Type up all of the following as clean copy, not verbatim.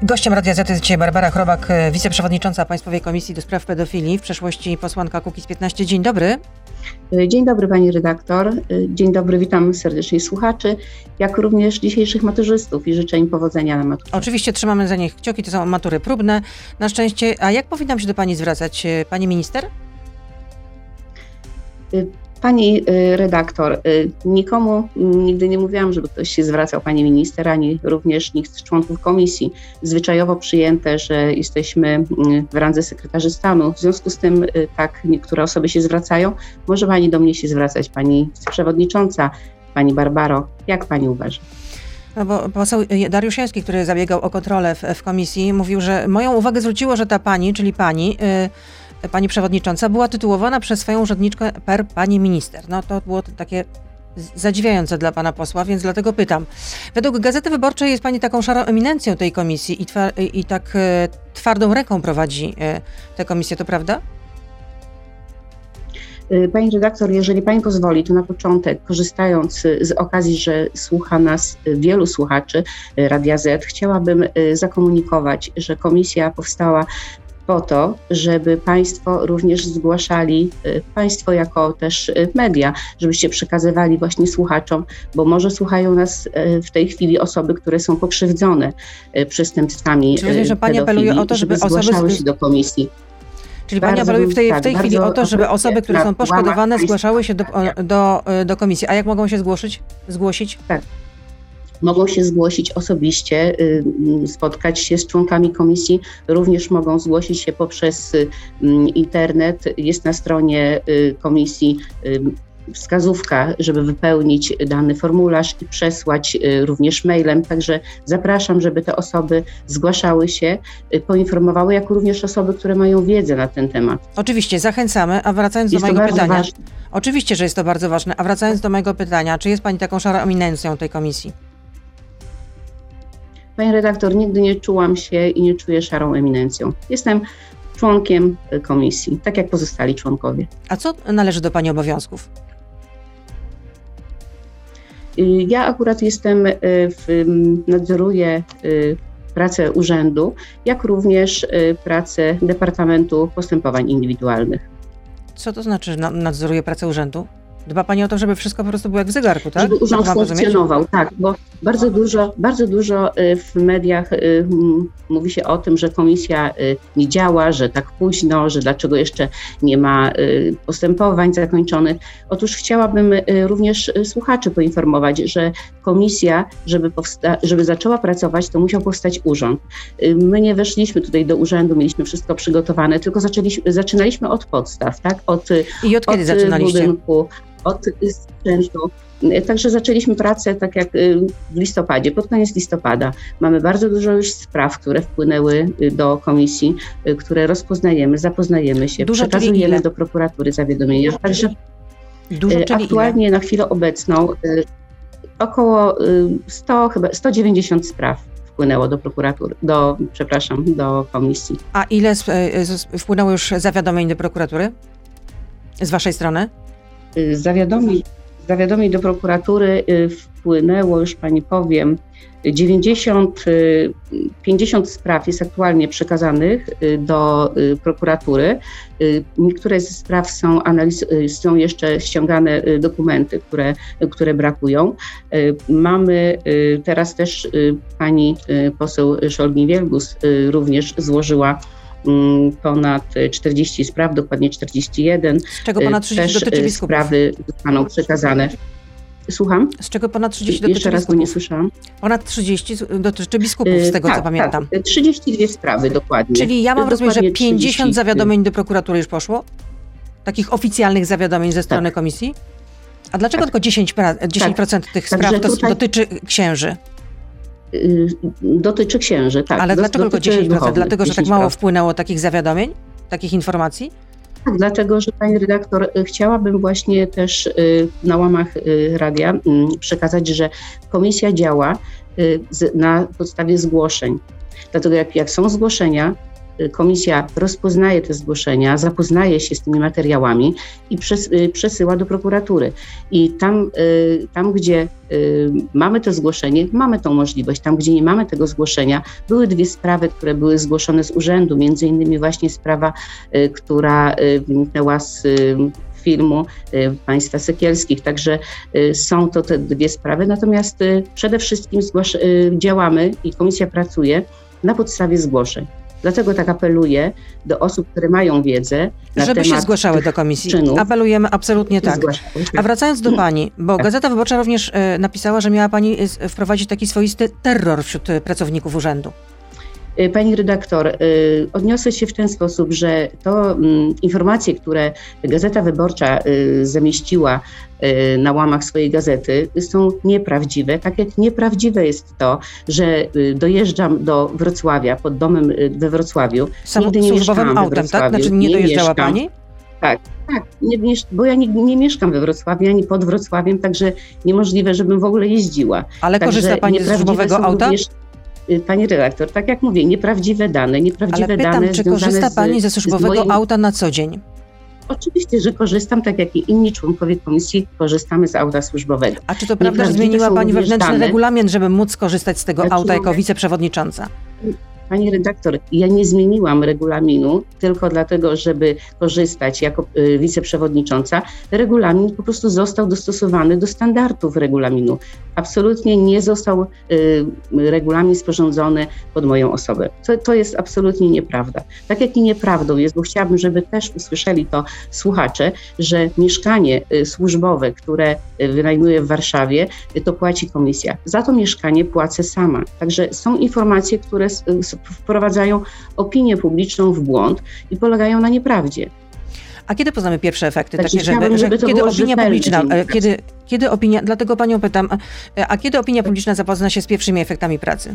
Gościem Radia Z jest dzisiaj Barbara Chrobak, wiceprzewodnicząca Państwowej Komisji do Spraw Pedofilii, w przeszłości posłanka Kukiz15. Dzień dobry. Dzień dobry pani redaktor, dzień dobry, witam serdecznie słuchaczy, jak również dzisiejszych maturzystów i życzę im powodzenia na maturze. Oczywiście trzymamy za nich kciuki, to są matury próbne, na szczęście. A jak powinnam się do pani zwracać? Pani minister? Pani redaktor, nikomu nigdy nie mówiłam, żeby ktoś się zwracał pani minister, ani również nikt z członków komisji. Zwyczajowo przyjęte, że jesteśmy w randze sekretarzy stanu. W związku z tym tak niektóre osoby się zwracają. Może pani do mnie się zwracać, pani przewodnicząca, pani Barbaro. Jak pani uważa? No bo poseł Dariusz Joński, który zabiegał o kontrolę w komisji, mówił, że moją uwagę zwróciło, że ta pani, czyli pani przewodnicząca, była tytułowana przez swoją urzędniczkę pani minister. No to było takie zadziwiające dla pana posła, więc dlatego pytam. Według Gazety Wyborczej jest pani taką szarą eminencją tej komisji i tak twardą ręką prowadzi tę komisję, to prawda? Pani redaktor, jeżeli pani pozwoli, to na początek, korzystając z okazji, że słucha nas wielu słuchaczy Radia Z, chciałabym zakomunikować, że komisja powstała po to, żeby państwo również zgłaszali, państwo jako też media, żebyście przekazywali właśnie słuchaczom, bo może słuchają nas w tej chwili osoby, które są pokrzywdzone przestępstwami Czyli, że pani apeluje o to, żeby zgłaszały się do komisji. Czyli pani apeluje w tej chwili o to, żeby osoby, które są poszkodowane, zgłaszały się do komisji. A jak mogą się zgłosić? Tak. Mogą się zgłosić osobiście, spotkać się z członkami komisji, również mogą zgłosić się poprzez internet. Jest na stronie komisji wskazówka, żeby wypełnić dany formularz i przesłać również mailem. Także zapraszam, żeby te osoby zgłaszały się, poinformowały, jak również osoby, które mają wiedzę na ten temat. Oczywiście, zachęcamy, a wracając do mojego pytania. Oczywiście, że jest to bardzo ważne, a wracając do mojego pytania, czy jest pani taką szarą eminencją tej komisji? Pani redaktor, nigdy nie czułam się i nie czuję szarą eminencją. Jestem członkiem komisji, tak jak pozostali członkowie. A co należy do pani obowiązków? Ja akurat nadzoruję pracę urzędu, jak również pracę Departamentu Postępowań Indywidualnych. Co to znaczy, że nadzoruje pracę urzędu? Dba pani o to, żeby wszystko po prostu było jak w zegarku, tak? Żeby urząd funkcjonował, tak, bo bardzo dużo w mediach mówi się o tym, że komisja nie działa, że tak późno, że dlaczego jeszcze nie ma postępowań zakończonych. Otóż chciałabym również słuchaczy poinformować, że komisja, żeby zaczęła pracować, to musiał powstać urząd. My nie weszliśmy tutaj do urzędu, mieliśmy wszystko przygotowane, tylko zaczynaliśmy od podstaw, tak? I od kiedy zaczynaliście? Budynku, od sprzętu. Także zaczęliśmy pracę tak jak w listopadzie, pod koniec listopada. Mamy bardzo dużo już spraw, które wpłynęły do komisji, które rozpoznajemy, zapoznajemy się, przekazujemy do prokuratury zawiadomienia. Także aktualnie na chwilę obecną około 190 spraw wpłynęło do prokuratury, do komisji. A ile wpłynęło już zawiadomień do prokuratury z waszej strony? Zawiadomień do prokuratury wpłynęło, już pani powiem, 50 spraw jest aktualnie przekazanych do prokuratury. Niektóre ze spraw są jeszcze ściągane dokumenty, które brakują. Mamy teraz też pani poseł Szolgin-Wielgus również złożyła ponad 40 spraw, dokładnie 41. Z czego ponad 30 dotyczy biskupów? Sprawy zostaną przekazane. Słucham? Z czego ponad 30 dotyczy Jeszcze raz, biskupów? bo nie słyszałam. Ponad 30 dotyczy biskupów, z tego co pamiętam. Tak, 32 sprawy, dokładnie. Czyli ja mam rozumieć, że 50 30. zawiadomień do prokuratury już poszło? Takich oficjalnych zawiadomień ze strony komisji? A dlaczego tylko 10% tych spraw dotyczy księży? Dotyczy księży, tak. Ale dlaczego tylko 10%? Duchownych, Dlatego, że tak mało wpłynęło takich zawiadomień, takich informacji? Tak, dlatego, że pani redaktor, chciałabym właśnie też na łamach radia przekazać, że komisja działa na podstawie zgłoszeń. Dlatego jak są zgłoszenia, komisja rozpoznaje te zgłoszenia, zapoznaje się z tymi materiałami i przesyła do prokuratury. I tam gdzie mamy to zgłoszenie, mamy tą możliwość. Tam, gdzie nie mamy tego zgłoszenia, były 2 sprawy, które były zgłoszone z urzędu, między innymi właśnie sprawa, która wyniknęła z filmu państwa Sekielskich. Także są to te 2 sprawy. Natomiast przede wszystkim działamy i komisja pracuje na podstawie zgłoszeń. Dlatego tak apeluję do osób, które mają wiedzę na żeby temat się zgłaszały do komisji. czynów. Apelujemy absolutnie tak. A wracając do pani, bo Gazeta Wyborcza również napisała, że miała pani wprowadzić taki swoisty terror wśród pracowników urzędu. Pani redaktor, odniosę się w ten sposób, że to informacje, które Gazeta Wyborcza zamieściła na łamach swojej gazety, są nieprawdziwe. Tak jak nieprawdziwe jest to, że dojeżdżam do Wrocławia, pod domem we Wrocławiu. Nigdy nie służbowym autem, tak? Znaczy nie dojeżdżała pani? Tak, bo ja nie mieszkam we Wrocławiu, ani pod Wrocławiem, także niemożliwe, żebym w ogóle jeździła. Ale korzysta pani ze służbowego auta? Pani redaktor, tak jak mówię, nieprawdziwe dane. Ale pytam, czy korzysta pani ze służbowego auta na co dzień? Oczywiście, że korzystam, tak jak i inni członkowie komisji korzystamy z auta służbowego. A czy to prawda, że zmieniła pani wewnętrzny regulamin, żeby móc korzystać z tego auta jako wiceprzewodnicząca? Pani redaktor, ja nie zmieniłam regulaminu tylko dlatego, żeby korzystać jako wiceprzewodnicząca. Regulamin po prostu został dostosowany do standardów regulaminu. Absolutnie nie został regulamin sporządzony pod moją osobę. To jest absolutnie nieprawda. Tak jak i nieprawdą jest, bo chciałabym, żeby też usłyszeli to słuchacze, że mieszkanie służbowe, które wynajmuję w Warszawie, to płaci komisja. Za to mieszkanie płacę sama. Także są informacje, które wprowadzają opinię publiczną w błąd i polegają na nieprawdzie. A kiedy poznamy pierwsze efekty? Znaczy, Takie, kiedy opinia publiczna, kiedy opinia, dlatego panią pytam, a kiedy opinia publiczna zapozna się z pierwszymi efektami pracy?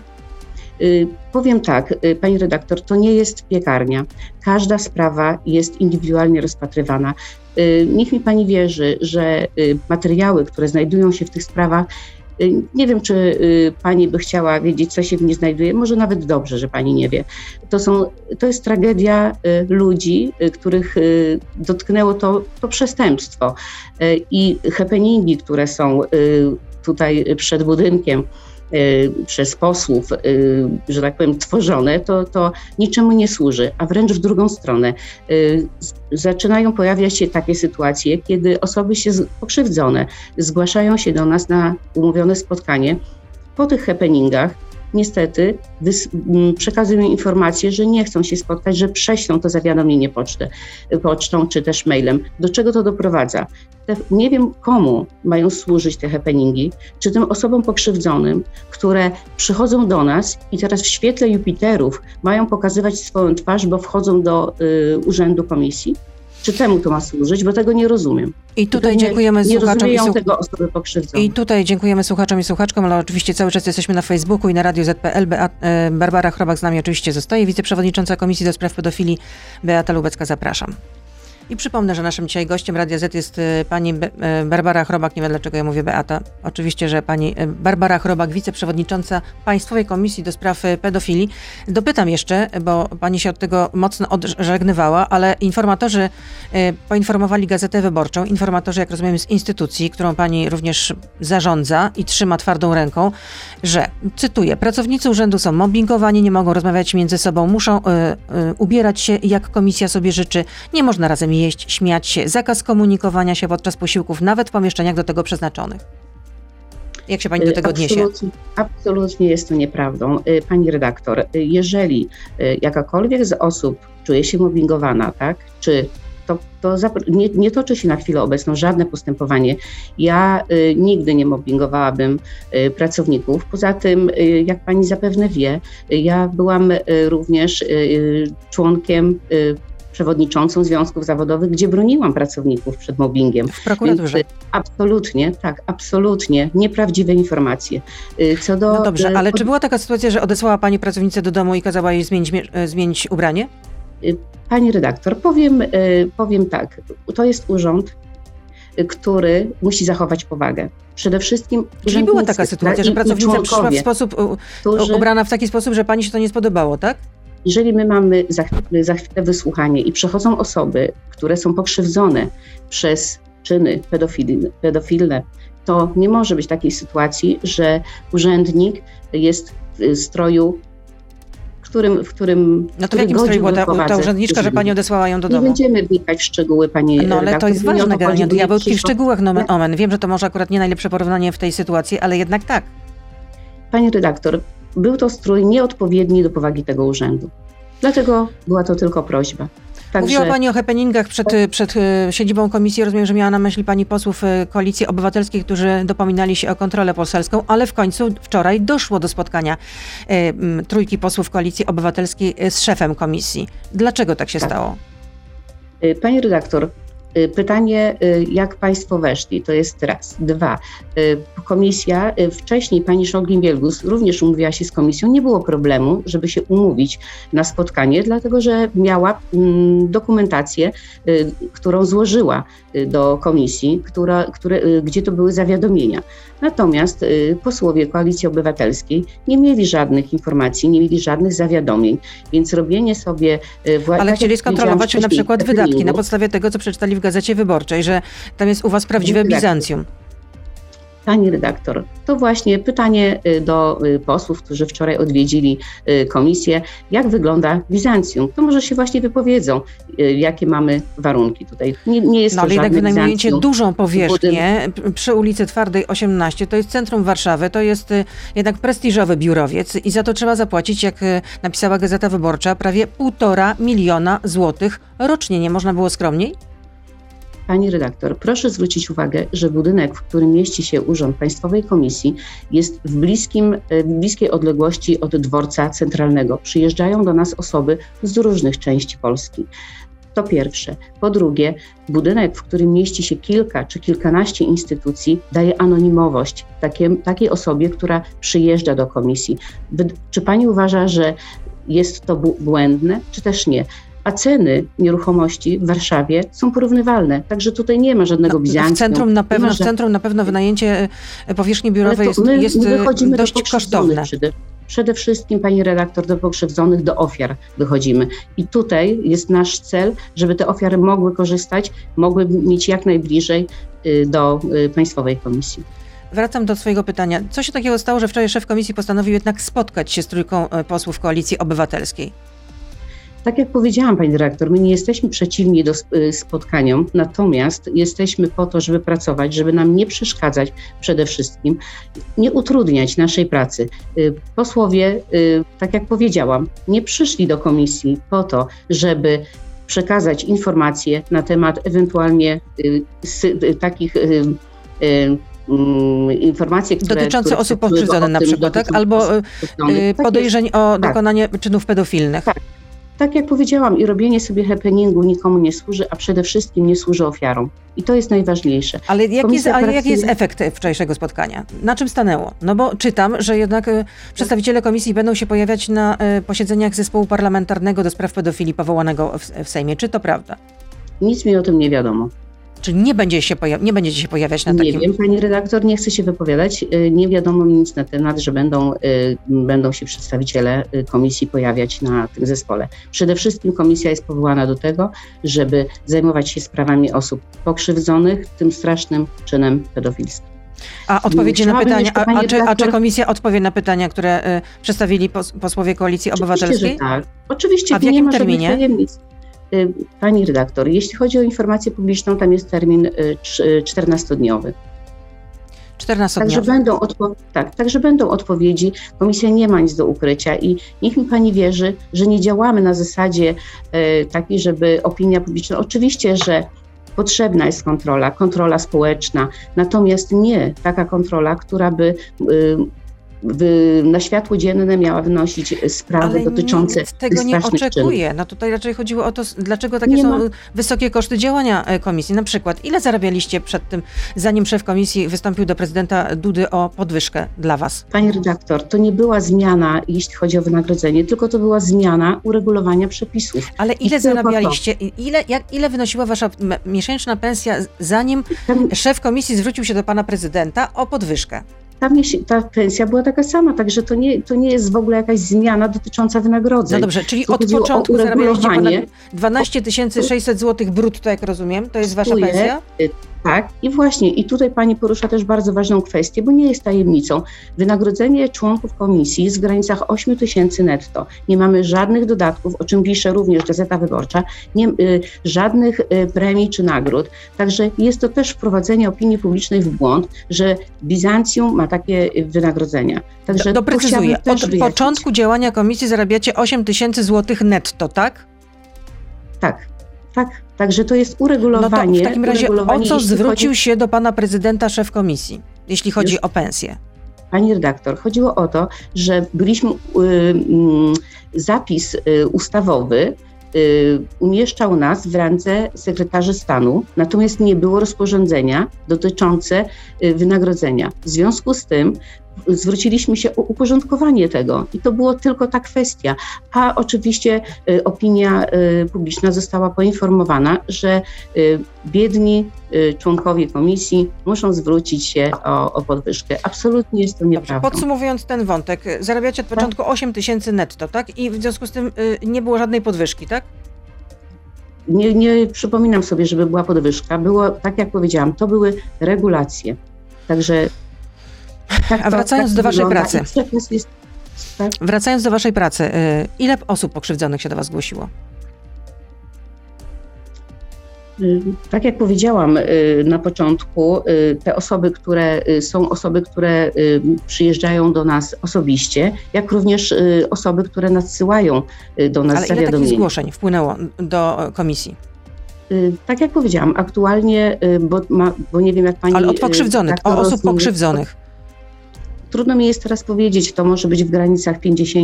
Powiem tak, pani redaktor, to nie jest piekarnia. Każda sprawa jest indywidualnie rozpatrywana. Niech mi pani wierzy, że materiały, które znajdują się w tych sprawach, nie wiem, czy pani by chciała wiedzieć, co się w niej znajduje. Może nawet dobrze, że pani nie wie. To jest tragedia ludzi, których dotknęło to przestępstwo. I happeningi, które są tutaj przed budynkiem przez posłów, że tak powiem, tworzone, to niczemu nie służy, a wręcz w drugą stronę. Zaczynają pojawiać się takie sytuacje, kiedy osoby pokrzywdzone zgłaszają się do nas na umówione spotkanie. Po tych happeningach niestety przekazują informacje, że nie chcą się spotkać, że prześlą to zawiadomienie pocztą czy też mailem. Do czego to doprowadza? Nie wiem, komu mają służyć te happeningi, czy tym osobom pokrzywdzonym, które przychodzą do nas i teraz w świetle Jupiterów mają pokazywać swoją twarz, bo wchodzą do urzędu komisji? Czy temu to ma służyć? Bo tego nie rozumiem. I tutaj dziękujemy słuchaczom tego osoby pokrzywdzone. I tutaj dziękujemy słuchaczom i słuchaczkom, ale oczywiście cały czas jesteśmy na Facebooku i na Radiu ZPL. Barbara Chrobak z nami oczywiście zostaje, wiceprzewodnicząca Komisji do Spraw Pedofilii Beata Lubecka. Zapraszam. I przypomnę, że naszym dzisiaj gościem Radia Z jest pani Barbara Chrobak, nie wiem dlaczego ja mówię Beata. Oczywiście, że pani Barbara Chrobak, wiceprzewodnicząca Państwowej Komisji do Spraw Pedofilii. Dopytam jeszcze, bo pani się od tego mocno odżegnywała, ale informatorzy poinformowali Gazetę Wyborczą, informatorzy, jak rozumiem, z instytucji, którą pani również zarządza i trzyma twardą ręką, że, cytuję, pracownicy urzędu są mobbingowani, nie mogą rozmawiać między sobą, muszą ubierać się jak komisja sobie życzy, nie można razem jeść, śmiać się, zakaz komunikowania się podczas posiłków, nawet w pomieszczeniach do tego przeznaczonych. Jak się pani do tego odniesie? Absolutnie jest to nieprawdą. Pani redaktor, jeżeli jakakolwiek z osób czuje się mobbingowana, tak, czy to nie toczy się na chwilę obecną żadne postępowanie. Ja nigdy nie mobbingowałabym pracowników. Poza tym, jak pani zapewne wie, ja byłam również członkiem przewodniczącą związków zawodowych, gdzie broniłam pracowników przed mobbingiem. W prokuraturze. Więc absolutnie, tak, absolutnie nieprawdziwe informacje. No dobrze, ale czy była taka sytuacja, że odesłała pani pracownicę do domu i kazała jej zmienić ubranie? Pani redaktor, powiem tak, to jest urząd, który musi zachować powagę. Przede wszystkim... Czyli była taka sytuacja, że pracownica przyszła w sposób ubrana w taki sposób, że pani się to nie spodobało, tak? jeżeli my mamy za chwilę wysłuchanie i przechodzą osoby, które są pokrzywdzone przez czyny pedofilne, to nie może być takiej sytuacji, że urzędnik jest w stroju, w którym No to w jakim stroju była ta urzędniczka, że pani odesłała ją do domu? Nie będziemy wnikać w szczegóły, pani No ale to jest ważne, generalnie diabeł tkwi w szczegółach, nomen omen. Wiem, że to może akurat nie najlepsze porównanie w tej sytuacji, ale jednak tak. Pani redaktor, był to strój nieodpowiedni do powagi tego urzędu. Dlatego była to tylko prośba. Także... Mówiła pani o happeningach przed siedzibą komisji. Rozumiem, że miała na myśli pani posłów Koalicji Obywatelskiej, którzy dopominali się o kontrolę poselską, ale w końcu wczoraj doszło do spotkania trójki posłów Koalicji Obywatelskiej z szefem komisji. Dlaczego tak się stało? Pani redaktor, pytanie, jak państwo weszli, to jest raz. Dwa, komisja, wcześniej pani Szolgin-Wielgus również umówiła się z komisją, nie było problemu, żeby się umówić na spotkanie, dlatego że miała dokumentację, którą złożyła do komisji, gdzie to były zawiadomienia. Natomiast posłowie Koalicji Obywatelskiej nie mieli żadnych informacji, nie mieli żadnych zawiadomień, więc robienie sobie... Ale chcieli skontrolować na przykład wydatki na podstawie tego, co przeczytali w Gazecie Wyborczej, że tam jest u was prawdziwe Bizancjum. Pani redaktor, to właśnie pytanie do posłów, którzy wczoraj odwiedzili komisję, jak wygląda Bizancjum. To może się właśnie wypowiedzą, jakie mamy warunki tutaj. Nie jest to ale jednak wynajmujecie Bizancjum. Dużą powierzchnię przy ulicy Twardej 18, to jest centrum Warszawy, to jest jednak prestiżowy biurowiec i za to trzeba zapłacić, jak napisała Gazeta Wyborcza, prawie 1,5 miliona złotych rocznie. Nie można było skromniej? Pani redaktor, proszę zwrócić uwagę, że budynek, w którym mieści się Urząd Państwowej Komisji, jest w bliskiej odległości od dworca centralnego. Przyjeżdżają do nas osoby z różnych części Polski. To pierwsze. Po drugie, budynek, w którym mieści się kilka czy kilkanaście instytucji, daje anonimowość takiej osobie, która przyjeżdża do komisji. Czy pani uważa, że jest to błędne, czy też nie? A ceny nieruchomości w Warszawie są porównywalne, także tutaj nie ma żadnego Bizancjum. W centrum na pewno wynajęcie powierzchni biurowej jest dość kosztowne. Przede wszystkim, pani redaktor, do pokrzywdzonych, do ofiar wychodzimy. I tutaj jest nasz cel, żeby te ofiary mogły korzystać, mogły mieć jak najbliżej do Państwowej Komisji. Wracam do swojego pytania. Co się takiego stało, że wczoraj szef komisji postanowił jednak spotkać się z trójką posłów Koalicji Obywatelskiej? Tak jak powiedziałam, pani dyrektor, my nie jesteśmy przeciwni do spotkaniom, natomiast jesteśmy po to, żeby pracować, żeby nam nie przeszkadzać przede wszystkim, nie utrudniać naszej pracy. Posłowie, tak jak powiedziałam, nie przyszli do komisji po to, żeby przekazać informacje na temat ewentualnie takich informacje, dotyczące osób pokrzywdzonych na przykład, tak? Albo podejrzeń o dokonanie czynów pedofilnych. Tak jak powiedziałam, i robienie sobie happeningu nikomu nie służy, a przede wszystkim nie służy ofiarom. I to jest najważniejsze. Ale jaki jest efekt wczorajszego spotkania? Na czym stanęło? No bo czytam, że jednak przedstawiciele komisji będą się pojawiać na posiedzeniach zespołu parlamentarnego do spraw pedofilii powołanego w Sejmie. Czy to prawda? Nic mi o tym nie wiadomo. Czyli nie będziecie się pojawiać na takim... Nie wiem, pani redaktor, nie chce się wypowiadać. Nie wiadomo mi nic na temat, że będą się przedstawiciele komisji pojawiać na tym zespole. Przede wszystkim komisja jest powołana do tego, żeby zajmować się sprawami osób pokrzywdzonych tym strasznym czynem pedofilskim. A odpowiedzi na pytania, czy komisja odpowie na pytania, które przedstawili posłowie Koalicji Obywatelskiej? Oczywiście, że tak. Oczywiście, a w jakim terminie? Pani redaktor, jeśli chodzi o informację publiczną, tam jest termin 14-dniowy. 14-dniowy. Także będą odpowiedzi. Komisja nie ma nic do ukrycia i niech mi pani wierzy, że nie działamy na zasadzie takiej, żeby opinia publiczna... Oczywiście, że potrzebna jest kontrola społeczna, natomiast nie taka kontrola, która by... na światło dzienne miała wynosić sprawy dotyczące nikt tego nie oczekuje. Czynów. No tutaj raczej chodziło o to, dlaczego takie są wysokie koszty działania komisji. Na przykład, ile zarabialiście przed tym, zanim szef komisji wystąpił do prezydenta Dudy o podwyżkę dla was? Pani redaktor, to nie była zmiana, jeśli chodzi o wynagrodzenie, tylko to była zmiana uregulowania przepisów. Ale ile zarabialiście? Ile wynosiła wasza miesięczna pensja, zanim szef komisji zwrócił się do pana prezydenta o podwyżkę? ta pensja była taka sama, także to nie jest w ogóle jakaś zmiana dotycząca wynagrodzeń. No dobrze, czyli od początku zarabialiście ponad 12 600 zł brutto, jak rozumiem, to jest wasza pensja? Tak, i właśnie, i tutaj pani porusza też bardzo ważną kwestię, bo nie jest tajemnicą. Wynagrodzenie członków komisji jest w granicach 8 000 netto. Nie mamy żadnych dodatków, o czym pisze również Gazeta Wyborcza, żadnych premii czy nagród. Także jest to też wprowadzenie opinii publicznej w błąd, że Bizancjum ma takie wynagrodzenia. Także doprecyzuję, od początku działania komisji zarabiacie 8 000 zł netto, tak? Tak, także to jest uregulowanie. No to w takim razie o co zwrócił się do pana prezydenta szef komisji, jeśli chodzi o pensję? Pani redaktor, chodziło o to, że zapis ustawowy umieszczał nas w randze sekretarzy stanu, natomiast nie było rozporządzenia dotyczące wynagrodzenia. W związku z tym zwróciliśmy się o uporządkowanie tego i to było tylko ta kwestia, a oczywiście opinia publiczna została poinformowana, że biedni członkowie komisji muszą zwrócić się o podwyżkę. Absolutnie jest to nieprawda. Dobrze, podsumowując ten wątek, zarabiacie od początku 8 000 netto, tak? I w związku z tym nie było żadnej podwyżki, tak? Nie przypominam sobie, żeby była podwyżka. Było, tak jak powiedziałam, to były regulacje. Także a wracając do waszej pracy. Wracając do waszej pracy, ile osób pokrzywdzonych się do was zgłosiło? Tak jak powiedziałam na początku, te osoby, które przyjeżdżają do nas osobiście, jak również osoby, które nadsyłają do nas zawiadomienia. Ale ile takich zgłoszeń wpłynęło do komisji? Tak jak powiedziałam, aktualnie, bo nie wiem jak pani... Ale od pokrzywdzonych, o osób pokrzywdzonych. Trudno mi jest teraz powiedzieć, to może być w granicach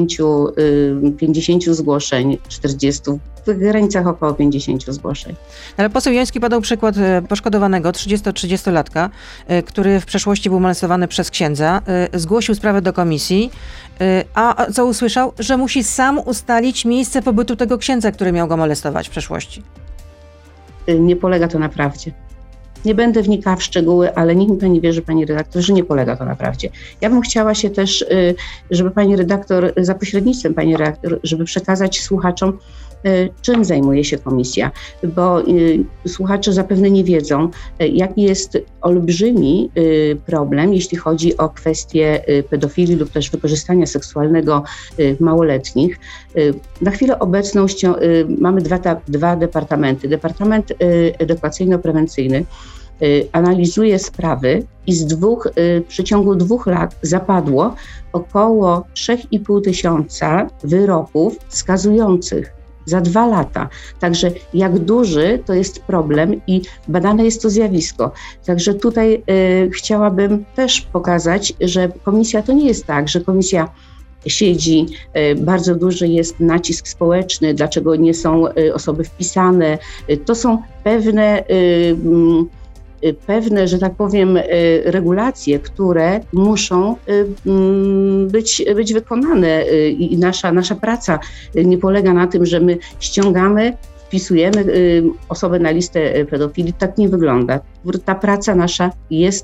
50 zgłoszeń, 40, w granicach około 50 zgłoszeń. Ale poseł Joński podał przykład poszkodowanego, 30-latka, który w przeszłości był molestowany przez księdza, zgłosił sprawę do komisji, a co usłyszał? Że musi sam ustalić miejsce pobytu tego księdza, który miał go molestować w przeszłości. Nie polega to na prawdzie. Nie będę wnikała w szczegóły, ale nikt mi pani wierzy, pani redaktor, że nie polega to na prawdzie. Ja bym chciała się też, żeby pani redaktor, za pośrednictwem pani redaktor, żeby przekazać słuchaczom, czym zajmuje się komisja, bo słuchacze zapewne nie wiedzą, jaki jest olbrzymi problem, jeśli chodzi o kwestie pedofilii lub też wykorzystania seksualnego małoletnich. Na chwilę obecną mamy dwa departamenty. Departament edukacyjno-prewencyjny analizuje sprawy i w przeciągu 2 lat zapadło około 3,5 tysiąca wyroków skazujących za 2 lata. Także jak duży to jest problem i badane jest to zjawisko. Także tutaj chciałabym też pokazać, że komisja to nie jest tak, że komisja siedzi, bardzo duży jest nacisk społeczny, dlaczego nie są osoby wpisane. To są pewne, że tak powiem, regulacje, które muszą być wykonane i nasza praca nie polega na tym, że my ściągamy, wpisujemy osobę na listę pedofili. Tak nie wygląda. Ta praca nasza jest,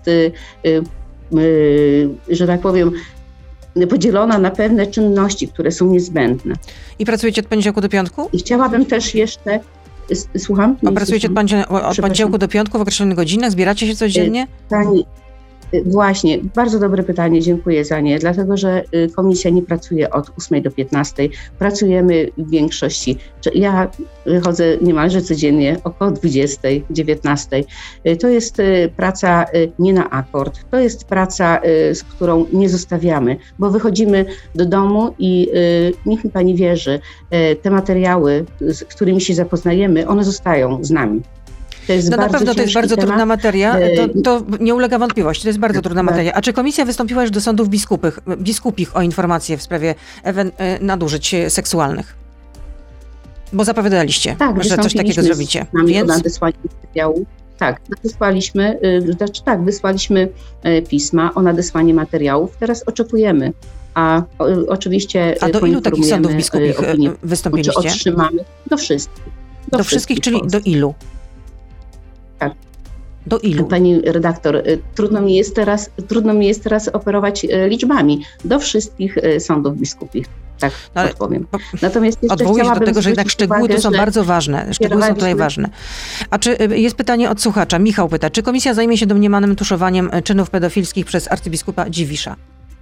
że tak powiem, podzielona na pewne czynności, które są niezbędne. I pracujecie od poniedziałku do piątku? I chciałabym też jeszcze... Słucham? A pracujecie od poniedziałku do piątku w określonych godzinach? Zbieracie się codziennie? Pani, właśnie, bardzo dobre pytanie, dziękuję za nie, dlatego że komisja nie pracuje od 8 do 15, pracujemy w większości, ja wychodzę niemalże codziennie około 20, 19. To jest praca nie na akord, to jest praca, z którą nie zostawiamy, bo wychodzimy do domu i niech mi pani wierzy, te materiały, z którymi się zapoznajemy, one zostają z nami. No na pewno to jest bardzo trudna materia, to nie ulega wątpliwości, to jest bardzo trudna materia. A czy komisja wystąpiła już do sądów biskupich o informacje w sprawie nadużyć seksualnych? Bo zapowiadaliście, że coś takiego zrobicie. Więc... nadesłanie materiału. Tak, wysłaliśmy pisma o nadesłanie materiałów. Teraz oczekujemy. A oczywiście do ilu takich sądów biskupich wystąpiliście? Czy otrzymamy? Do wszystkich. Do wszystkich, czyli do ilu? Tak. Do ilu? Pani redaktor, trudno mi jest teraz operować liczbami. Do wszystkich sądów biskupich. Tak odpowiem. Natomiast odwołuję się do tego, że jednak szczegóły to są bardzo ważne. Szczegóły są tutaj ważne. A czy jest pytanie od słuchacza? Michał pyta, czy komisja zajmie się domniemanym tuszowaniem czynów pedofilskich przez arcybiskupa Dziwisza?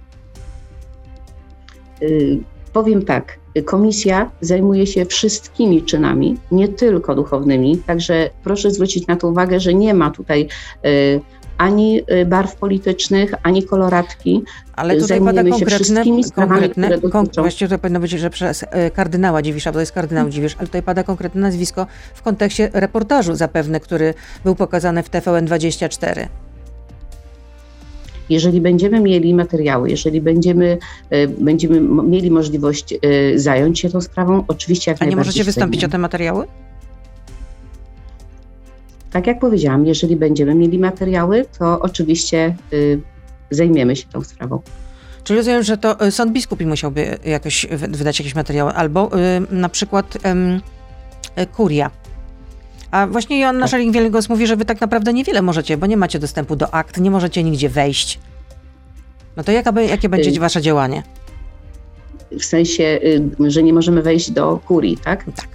Powiem tak, komisja zajmuje się wszystkimi czynami, nie tylko duchownymi, także proszę zwrócić na to uwagę, że nie ma tutaj ani barw politycznych, ani koloratki. Ale tutaj pada właściwie to powinno być, że przez kardynała Dziwisza, bo to jest kardynał Dziwisz, ale tutaj pada konkretne nazwisko w kontekście reportażu zapewne, który był pokazany w TVN24. Jeżeli będziemy mieli materiały, jeżeli będziemy mieli możliwość zająć się tą sprawą, oczywiście jak najbardziej. A nie możecie wystąpić o te materiały? Tak jak powiedziałam, jeżeli będziemy mieli materiały, to oczywiście zajmiemy się tą sprawą. Czyli rozumiem, że to sąd biskupi musiałby jakoś wydać jakieś materiały, albo na przykład kuria. A właśnie Joanna Scheuring-Wielgus mówi, że wy tak naprawdę niewiele możecie, bo nie macie dostępu do akt, nie możecie nigdzie wejść. No to jakie będzie wasze działanie? W sensie, że nie możemy wejść do kurii, tak? Tak.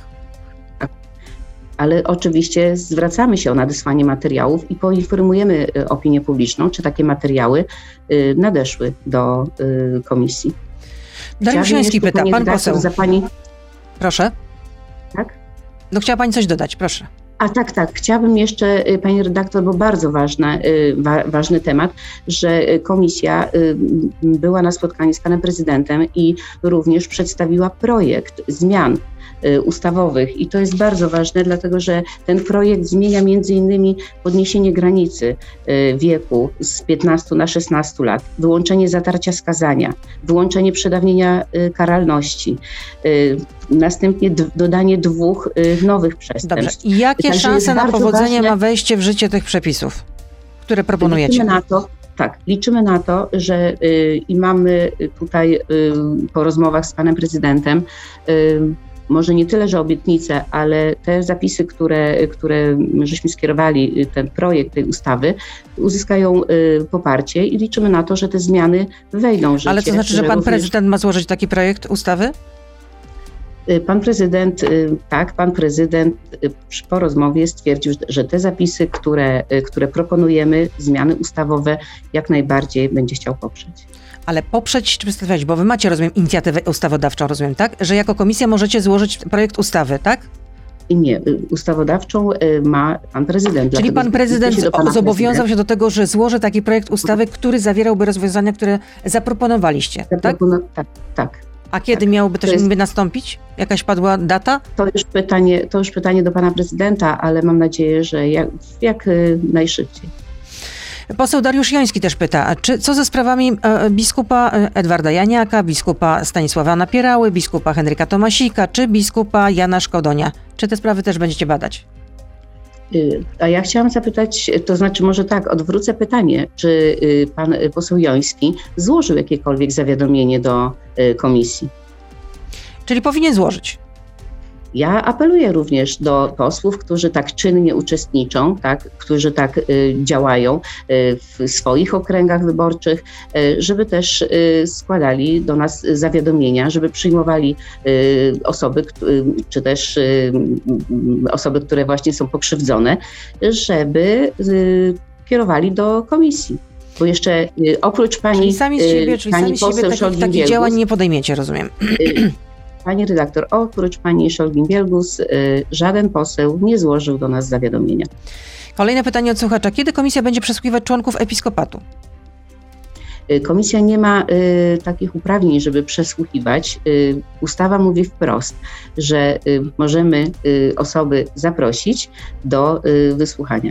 Ale oczywiście zwracamy się o nadesłanie materiałów i poinformujemy opinię publiczną, czy takie materiały nadeszły do komisji. Dariusz Joński pyta, pan poseł. Proszę. Tak? No chciała pani coś dodać, proszę. Tak. Chciałabym jeszcze, pani redaktor, bo bardzo ważny temat, że komisja była na spotkaniu z panem prezydentem i również przedstawiła projekt zmian ustawowych i to jest bardzo ważne, dlatego że ten projekt zmienia m.in. podniesienie granicy wieku z 15 na 16 lat, wyłączenie zatarcia skazania, wyłączenie przedawnienia karalności, następnie dodanie 2 nowych przestępstw. Dobrze. I jakie szanse na powodzenie ma wejście w życie tych przepisów, które proponujecie? Liczymy na to, że i mamy tutaj po rozmowach z panem prezydentem może nie tyle, że obietnice, ale te zapisy, które żeśmy skierowali, ten projekt tej ustawy, uzyskają poparcie i liczymy na to, że te zmiany wejdą w życie. Ale to znaczy, że pan prezydent ma złożyć taki projekt ustawy? Pan prezydent po rozmowie stwierdził, że te zapisy, które proponujemy, zmiany ustawowe, jak najbardziej będzie chciał poprzeć. Ale poprzeć czy przedstawiać, bo wy macie, rozumiem, inicjatywę ustawodawczą, rozumiem, tak? Że jako komisja możecie złożyć projekt ustawy, tak? Nie, ustawodawczą ma pan prezydent. Czyli pan prezydent zobowiązał się do tego, że złoży taki projekt ustawy, który zawierałby rozwiązania, które zaproponowaliście, tak? Tak. A kiedy miałoby to nastąpić? Jakaś padła data? To już pytanie do pana prezydenta, ale mam nadzieję, że jak najszybciej. Poseł Dariusz Joński też pyta, co ze sprawami biskupa Edwarda Janiaka, biskupa Stanisława Napierały, biskupa Henryka Tomasika, czy biskupa Jana Szkodonia? Czy te sprawy też będziecie badać? A ja chciałam zapytać, to znaczy może tak, odwrócę pytanie, czy pan poseł Joński złożył jakiekolwiek zawiadomienie do komisji? Czyli powinien złożyć. Ja apeluję również do posłów, którzy tak czynnie uczestniczą, tak, którzy tak działają w swoich okręgach wyborczych, żeby też składali do nas zawiadomienia, żeby przyjmowali osoby, czy też osoby, które właśnie są pokrzywdzone, żeby kierowali do komisji. Bo jeszcze oprócz pani... Czyli sami z siebie, takich działań nie podejmiecie, rozumiem. Pani redaktor, oprócz pani Scheuring-Wielgus, żaden poseł nie złożył do nas zawiadomienia. Kolejne pytanie od słuchacza. Kiedy komisja będzie przesłuchiwać członków episkopatu? Komisja nie ma takich uprawnień, żeby przesłuchiwać. Ustawa mówi wprost, że możemy osoby zaprosić do wysłuchania.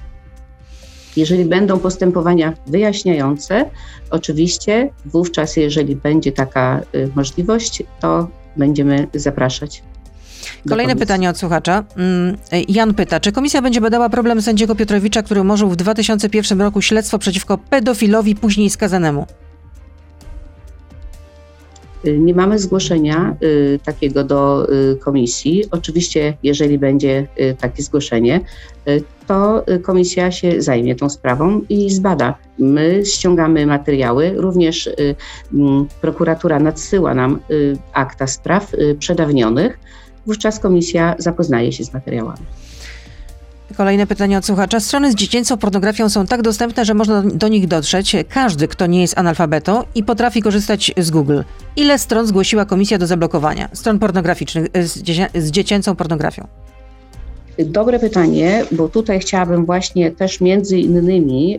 Jeżeli będą postępowania wyjaśniające, oczywiście wówczas, jeżeli będzie taka możliwość, to będziemy zapraszać. Kolejne pytanie od słuchacza. Jan pyta, czy komisja będzie badała problem sędziego Piotrowicza, który umorzył w 2001 roku śledztwo przeciwko pedofilowi później skazanemu? Nie mamy zgłoszenia takiego do komisji. Oczywiście, jeżeli będzie takie zgłoszenie, to komisja się zajmie tą sprawą i zbada. My ściągamy materiały, również prokuratura nadsyła nam akta spraw przedawnionych. Wówczas komisja zapoznaje się z materiałami. Kolejne pytanie od słuchacza. Strony z dziecięcą pornografią są tak dostępne, że można do nich dotrzeć każdy, kto nie jest analfabetą i potrafi korzystać z Google. Ile stron zgłosiła komisja do zablokowania stron pornograficznych z dziecięcą pornografią? Dobre pytanie, bo tutaj chciałabym właśnie też między innymi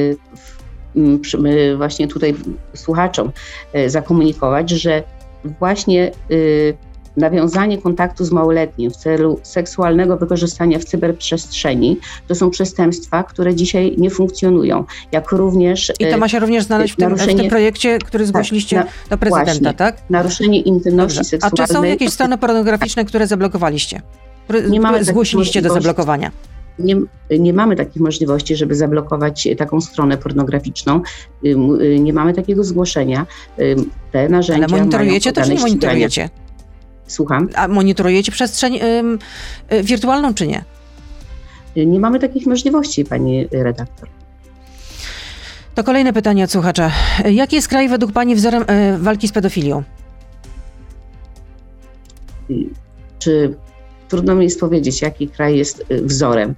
właśnie tutaj słuchaczom zakomunikować, że właśnie nawiązanie kontaktu z małoletnim w celu seksualnego wykorzystania w cyberprzestrzeni to są przestępstwa, które dzisiaj nie funkcjonują. Jak również i to ma się również znaleźć w tym projekcie, który zgłosiliście do prezydenta, właśnie, tak? Naruszenie intymności seksualnej. A czy są jakieś strony pornograficzne, które zablokowaliście? Które zgłosiliście do zablokowania? Nie mamy takich możliwości, żeby zablokować taką stronę pornograficzną. Nie mamy takiego zgłoszenia. Te narzędzia. Ale monitorujecie to, czy nie monitorujecie? Słucham? A monitorujecie przestrzeń wirtualną, czy nie? Nie mamy takich możliwości, pani redaktor. To kolejne pytanie od słuchacza. Jaki jest kraj według pani wzorem walki z pedofilią? Trudno mi jest powiedzieć, jaki kraj jest wzorem.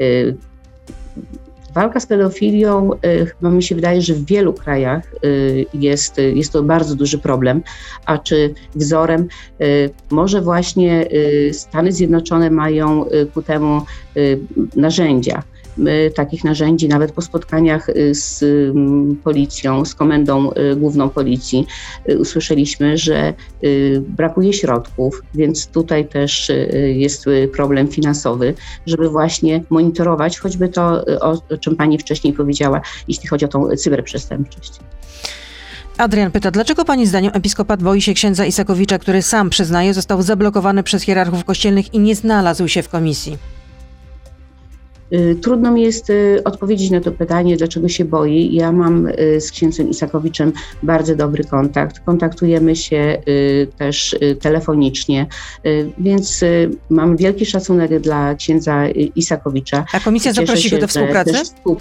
Walka z pedofilią, chyba mi się wydaje, że w wielu krajach jest to bardzo duży problem, a czy wzorem, może właśnie Stany Zjednoczone mają ku temu narzędzia. My takich narzędzi nawet po spotkaniach z policją, z Komendą Główną Policji usłyszeliśmy, że brakuje środków, więc tutaj też jest problem finansowy, żeby właśnie monitorować choćby to, o czym pani wcześniej powiedziała, jeśli chodzi o tą cyberprzestępczość. Adrian pyta, dlaczego pani zdaniem episkopat boi się księdza Isakowicza, który sam przyznaje, został zablokowany przez hierarchów kościelnych i nie znalazł się w komisji? Trudno mi jest odpowiedzieć na to pytanie, dlaczego się boi. Ja mam z księdzem Isakowiczem bardzo dobry kontakt. Kontaktujemy się też telefonicznie, więc mam wielki szacunek dla księdza Isakowicza. A komisja zaprosi go do współpracy?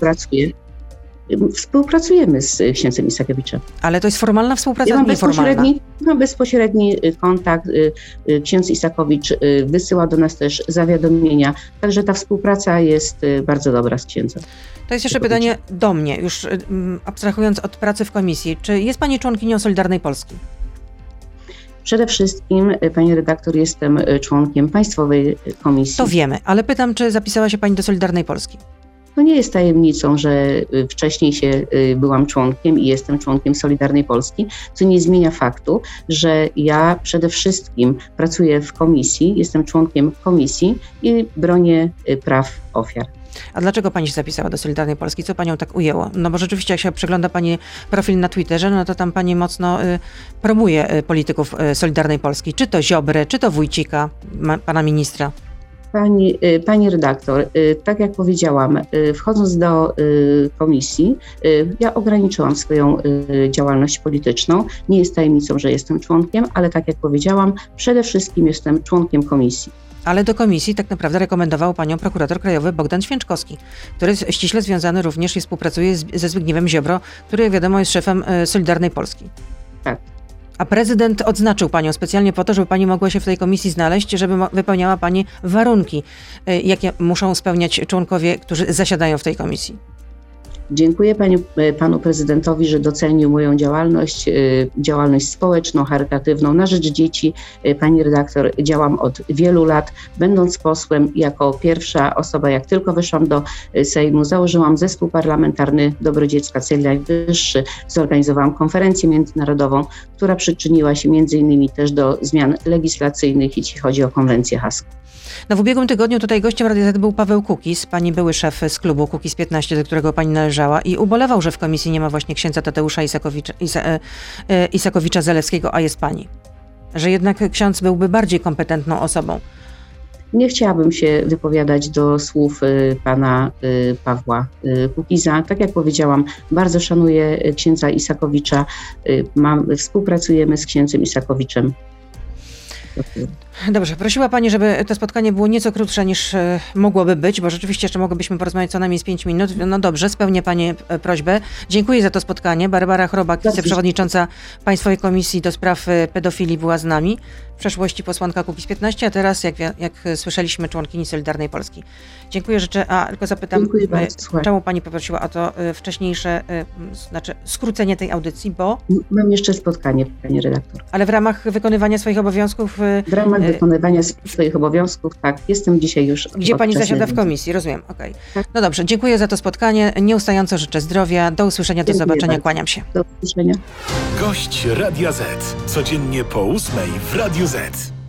Współpracujemy z księdzem Isakowiczem. Ale to jest formalna współpraca, czy nieformalna? Mam bezpośredni kontakt. Ksiądz Isakowicz wysyła do nas też zawiadomienia, także ta współpraca jest bardzo dobra z księdzem. To jest jeszcze pytanie do mnie, już abstrahując od pracy w komisji. Czy jest pani członkinią Solidarnej Polski? Przede wszystkim, pani redaktor, jestem członkiem Państwowej Komisji. To wiemy, ale pytam, czy zapisała się pani do Solidarnej Polski? To nie jest tajemnicą, że wcześniej byłam członkiem i jestem członkiem Solidarnej Polski, co nie zmienia faktu, że ja przede wszystkim pracuję w komisji, jestem członkiem komisji i bronię praw ofiar. A dlaczego pani się zapisała do Solidarnej Polski? Co panią tak ujęło? No bo rzeczywiście, jak się przegląda pani profil na Twitterze, no to tam pani mocno promuje polityków Solidarnej Polski. Czy to Ziobrę, czy to Wójcika, pana ministra? Pani redaktor, tak jak powiedziałam, wchodząc do komisji, ja ograniczyłam swoją działalność polityczną. Nie jest tajemnicą, że jestem członkiem, ale tak jak powiedziałam, przede wszystkim jestem członkiem komisji. Ale do komisji tak naprawdę rekomendował panią prokurator krajowy Bogdan Święczkowski, który jest ściśle związany również i współpracuje ze Zbigniewem Ziobro, który jak wiadomo jest szefem Solidarnej Polski. Tak. A prezydent odznaczył panią specjalnie po to, żeby pani mogła się w tej komisji znaleźć, żeby wypełniała pani warunki, jakie muszą spełniać członkowie, którzy zasiadają w tej komisji. Dziękuję panu prezydentowi, że docenił moją działalność społeczną, charytatywną na rzecz dzieci. Pani redaktor, działam od wielu lat. Będąc posłem, jako pierwsza osoba, jak tylko wyszłam do Sejmu, założyłam zespół parlamentarny Dobro Dziecka, Cel Najwyższy. Zorganizowałam konferencję międzynarodową, która przyczyniła się między innymi też do zmian legislacyjnych, jeśli chodzi o konwencję haską. No w ubiegłym tygodniu tutaj gościem Radia Z był Paweł Kukiz, pani były szef z klubu Kukiz 15, do którego pani należała i ubolewał, że w komisji nie ma właśnie księdza Tadeusza Isakowicza-Zalewskiego, a jest pani. Że jednak ksiądz byłby bardziej kompetentną osobą. Nie chciałabym się wypowiadać do słów pana Pawła Kukiza. Tak jak powiedziałam, bardzo szanuję księdza Isakowicza. Współpracujemy z księdzem Isakowiczem. Dobrze, prosiła Pani, żeby to spotkanie było nieco krótsze niż mogłoby być, bo rzeczywiście jeszcze mogłybyśmy porozmawiać co najmniej z 5 minut. No dobrze, spełnię Pani prośbę. Dziękuję za to spotkanie. Barbara Chrobak, wiceprzewodnicząca Państwowej Komisji do Spraw Pedofilii była z nami. W przeszłości posłanka Kukiz15, a teraz, jak słyszeliśmy, członkini Solidarnej Polski. Dziękuję, życzę. Tylko zapytam, czemu Pani poprosiła o to wcześniejsze, znaczy skrócenie tej audycji, bo... Mam jeszcze spotkanie, Pani redaktor. Ale w ramach wykonywania swoich obowiązków... W ramach wykonywania swoich obowiązków, tak. Jestem dzisiaj już... Gdzie Pani zasiada w komisji, rozumiem, okej. Tak. No dobrze, dziękuję za to spotkanie. Nieustająco życzę zdrowia. Do usłyszenia, do zobaczenia. Bardzo. Kłaniam się. Do usłyszenia. Gość Radia Z. Codziennie po 8:00 w Radiu Z.